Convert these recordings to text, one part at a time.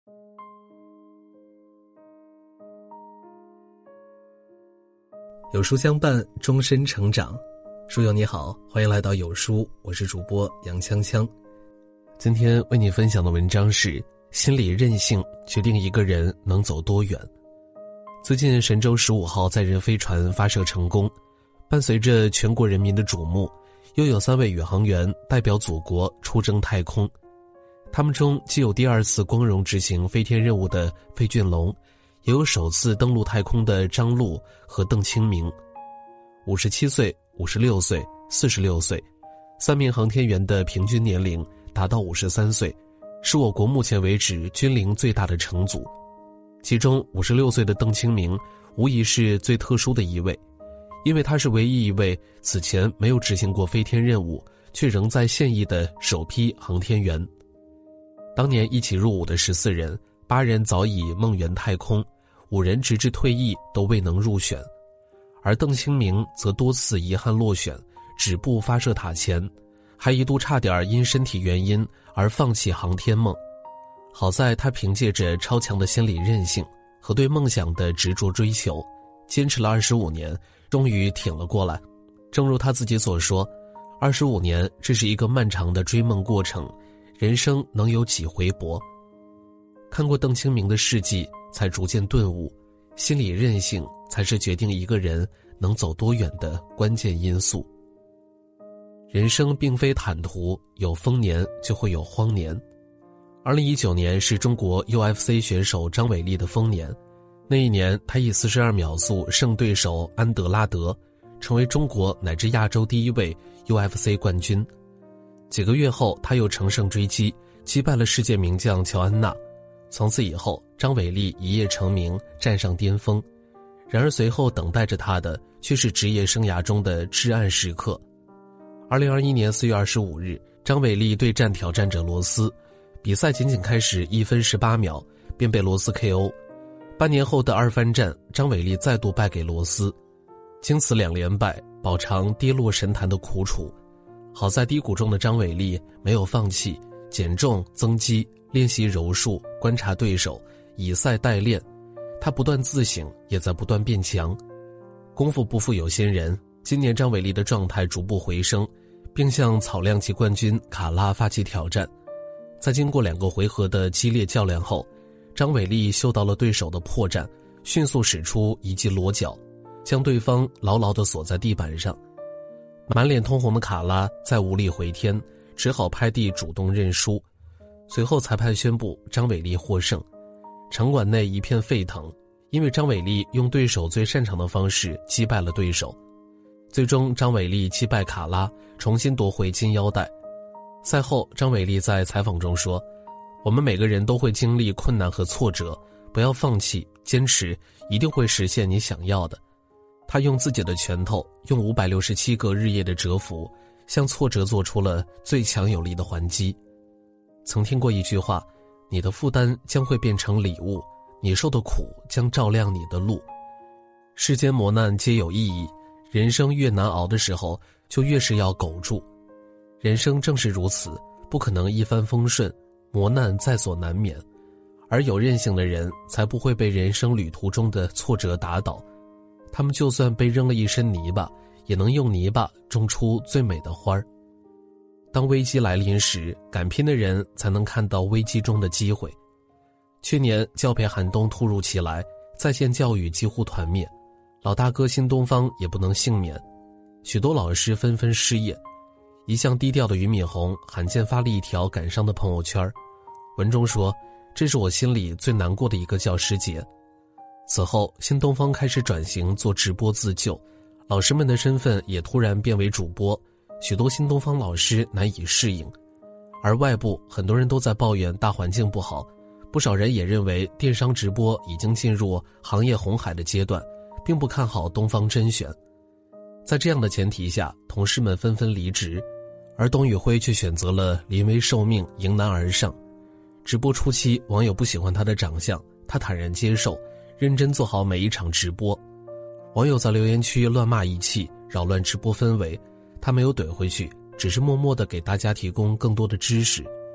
有书相伴，终身成长。书友你好，欢迎来到有书，我是主播杨锵锵。今天为你分享的文章是心理韧性决定一个人能走多远。最近神舟15号载人飞船发射成功，伴随着全国人民的瞩目，又有3位宇航员代表祖国出征太空。他们中既有第2次光荣执行飞天任务的费俊龙，也有首次登陆太空的张璐和邓清明。57岁、56岁、46岁，3名航天员的平均年龄达到53岁，是我国目前为止军龄最大的乘组。其中56岁的邓清明无疑是最特殊的一位，因为他是唯一一位此前没有执行过飞天任务却仍在现役的首批航天员。当年一起入伍的14人，8人早已梦圆太空，5人直至退役都未能入选，而邓清明则多次遗憾落选，止步发射塔前，还一度差点因身体原因而放弃航天梦。好在他凭借着超强的心理韧性和对梦想的执着追求，坚持了25年，终于挺了过来。正如他自己所说，25年这是一个漫长的追梦过程，人生能有几回搏。看过邓清明的事迹，才逐渐顿悟，心理韧性才是决定一个人能走多远的关键因素。人生并非坦途，有丰年就会有荒年。2019年是中国 UFC 选手张伟丽的丰年，那一年他以42秒速胜对手安德拉德，成为中国乃至亚洲第1位 UFC 冠军。几个月后，他又乘胜追击，击败了世界名将乔安娜。从此以后，张伟丽一夜成名，站上巅峰。然而随后等待着他的却是职业生涯中的至暗时刻。2021年4月25日，张伟丽对战挑战者罗斯，比赛仅仅开始1分18秒便被罗斯 KO。 半年后的2番战，张伟丽再度败给罗斯，经此2连败，饱尝跌落神坛的苦楚。好在低谷中的张伟丽没有放弃，减重增肌，练习柔术，观察对手，以赛代练。他不断自省，也在不断变强。功夫不负有心人，今年张伟丽的状态逐步回升，并向草量级冠军卡拉发起挑战。在经过2个回合的激烈较量后，张伟丽嗅到了对手的破绽，迅速使出一记裸脚，将对方牢牢地锁在地板上。满脸通红的卡拉再无力回天，只好拍地主动认输。随后裁判宣布张伟丽获胜，场馆内一片沸腾，因为张伟丽用对手最擅长的方式击败了对手。最终张伟丽击败卡拉，重新夺回金腰带。赛后张伟丽在采访中说，我们每个人都会经历困难和挫折，不要放弃，坚持，一定会实现你想要的。他用自己的拳头，用567个日夜的蛰伏，向挫折做出了最强有力的还击。曾听过一句话，你的负担将会变成礼物，你受的苦将照亮你的路。世间磨难皆有意义，人生越难熬的时候，就越是要苟住。人生正是如此，不可能一帆风顺，磨难在所难免。而有韧性的人，才不会被人生旅途中的挫折打倒。他们就算被扔了一身泥巴，也能用泥巴种出最美的花儿。当危机来临时，敢拼的人才能看到危机中的机会。去年教培寒冬突如其来，在线教育几乎团灭，老大哥新东方也不能幸免，许多老师纷纷失业。一向低调的俞敏洪罕见发了一条感伤的朋友圈，文中说，这是我心里最难过的一个教师节。此后新东方开始转型做直播自救，老师们的身份也突然变为主播，许多新东方老师难以适应。而外部很多人都在抱怨大环境不好，不少人也认为电商直播已经进入行业红海的阶段，并不看好东方甄选。在这样的前提下，同事们纷纷离职，而董宇辉却选择了临危受命，迎难而上。直播初期，网友不喜欢他的长相，他坦然接受，认真做好每一场直播。网友在留言区乱骂一气，扰乱直播氛围，他没有怼回去，只是默默地给大家提供更多的知识。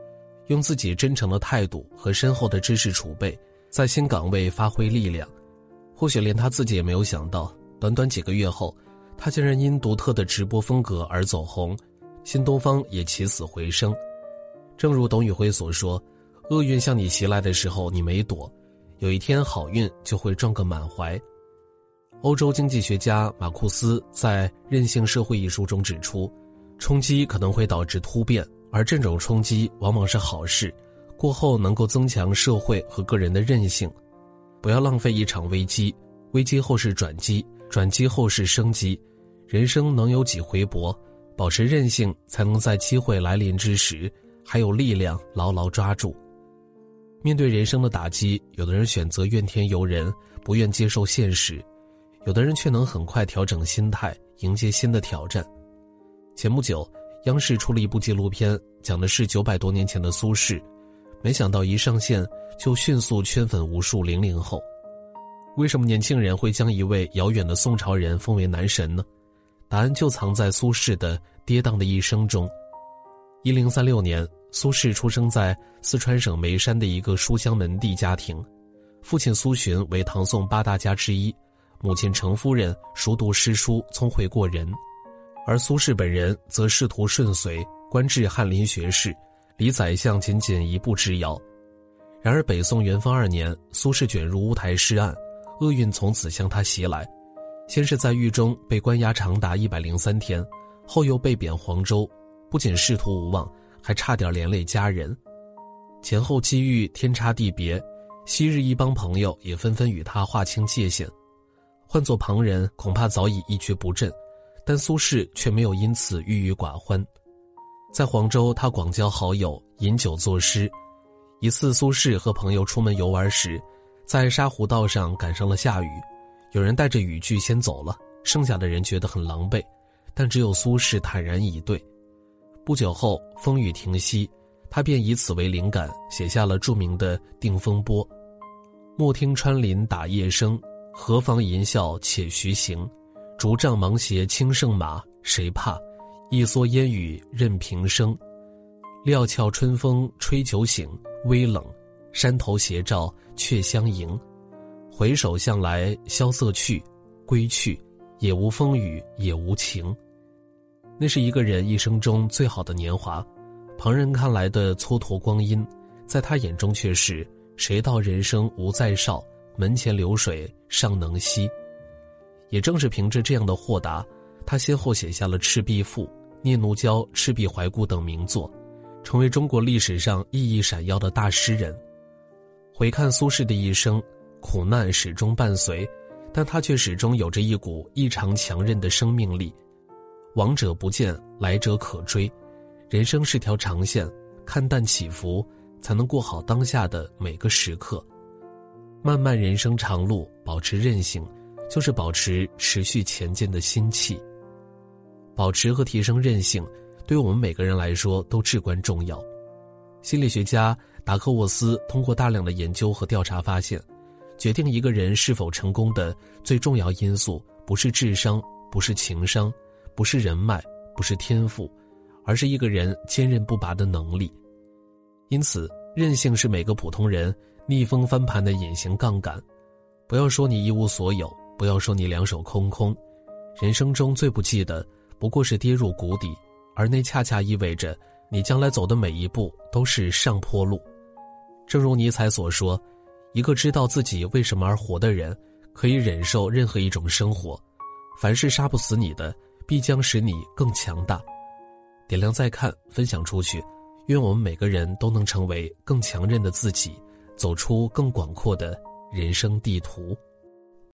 用自己真诚的态度和深厚的知识储备，在新岗位发挥力量。或许连他自己也没有想到，短短几个月后，他竟然因独特的直播风格而走红，新东方也起死回生。正如董宇辉所说，厄运向你袭来的时候你没躲，有一天好运就会撞个满怀。欧洲经济学家马库斯在《韧性社会》一书中指出，冲击可能会导致突变，而这种冲击往往是好事，过后能够增强社会和个人的韧性。不要浪费一场危机，危机后是转机，转机后是升级。人生能有几回搏，保持韧性，才能在机会来临之时还有力量牢牢抓住。面对人生的打击，有的人选择怨天尤人，不愿接受现实，有的人却能很快调整心态，迎接新的挑战。前不久，央视出了一部纪录片，讲的是900多年前的苏轼，没想到一上线就迅速圈粉无数00后。为什么年轻人会将一位遥远的宋朝人封为男神呢？答案就藏在苏轼的跌宕的一生中。1036年，苏轼出生在四川省眉山的一个书香门第家庭，父亲苏洵为唐宋8大家之一，母亲程夫人熟读诗书，聪慧过人，而苏轼本人则仕途顺遂，官至翰林学士，离宰相仅仅一步之遥。然而北宋元丰2年，苏轼卷入乌台诗案，厄运从此向他袭来。先是在狱中被关押长达103天，后又被贬黄州，不仅仕途无望，还差点连累家人。前后机遇天差地别，昔日一帮朋友也纷纷与他划清界限。换作旁人恐怕早已一蹶不振，但苏轼却没有因此郁郁寡欢。在黄州，他广交好友，饮酒作诗。一次苏轼和朋友出门游玩时，在沙湖道上赶上了下雨，有人带着雨具先走了，剩下的人觉得很狼狈，但只有苏轼坦然以对。不久后，风雨停息，他便以此为灵感，写下了著名的《定风波》：莫听穿林打叶声，何妨吟啸且徐行。竹杖芒鞋轻胜马，谁怕？一蓑烟雨任平生。料峭春风吹酒醒，微冷，山头斜照却相迎。回首向来萧瑟去，归去，也无风雨也无晴。那是一个人一生中最好的年华，旁人看来的蹉跎光阴，在他眼中却是谁道人生无再少，门前流水尚能西。也正是凭着这样的豁达，他先后写下了《赤壁赋》《聂奴娇》《赤壁怀古》等名作，成为中国历史上熠熠闪耀的大诗人。回看苏轼的一生，苦难始终伴随，但他却始终有着一股异常强韧的生命力。往者不谏，来者可追。人生是条长线，看淡起伏，才能过好当下的每个时刻。漫漫人生长路，保持韧性，就是保持持续前进的心气。保持和提升韧性，对我们每个人来说都至关重要。心理学家达克沃斯通过大量的研究和调查发现，决定一个人是否成功的最重要因素，不是智商，不是情商，不是人脉，不是天赋，而是一个人坚韧不拔的能力。因此，韧性是每个普通人逆风翻盘的隐形杠杆。不要说你一无所有，不要说你两手空空，人生中最不济的不过是跌入谷底，而那恰恰意味着你将来走的每一步都是上坡路。正如尼采所说，一个知道自己为什么而活的人，可以忍受任何一种生活，凡是杀不死你的，必将使你更强大。点亮再看，分享出去，愿我们每个人都能成为更强韧的自己，走出更广阔的人生地图。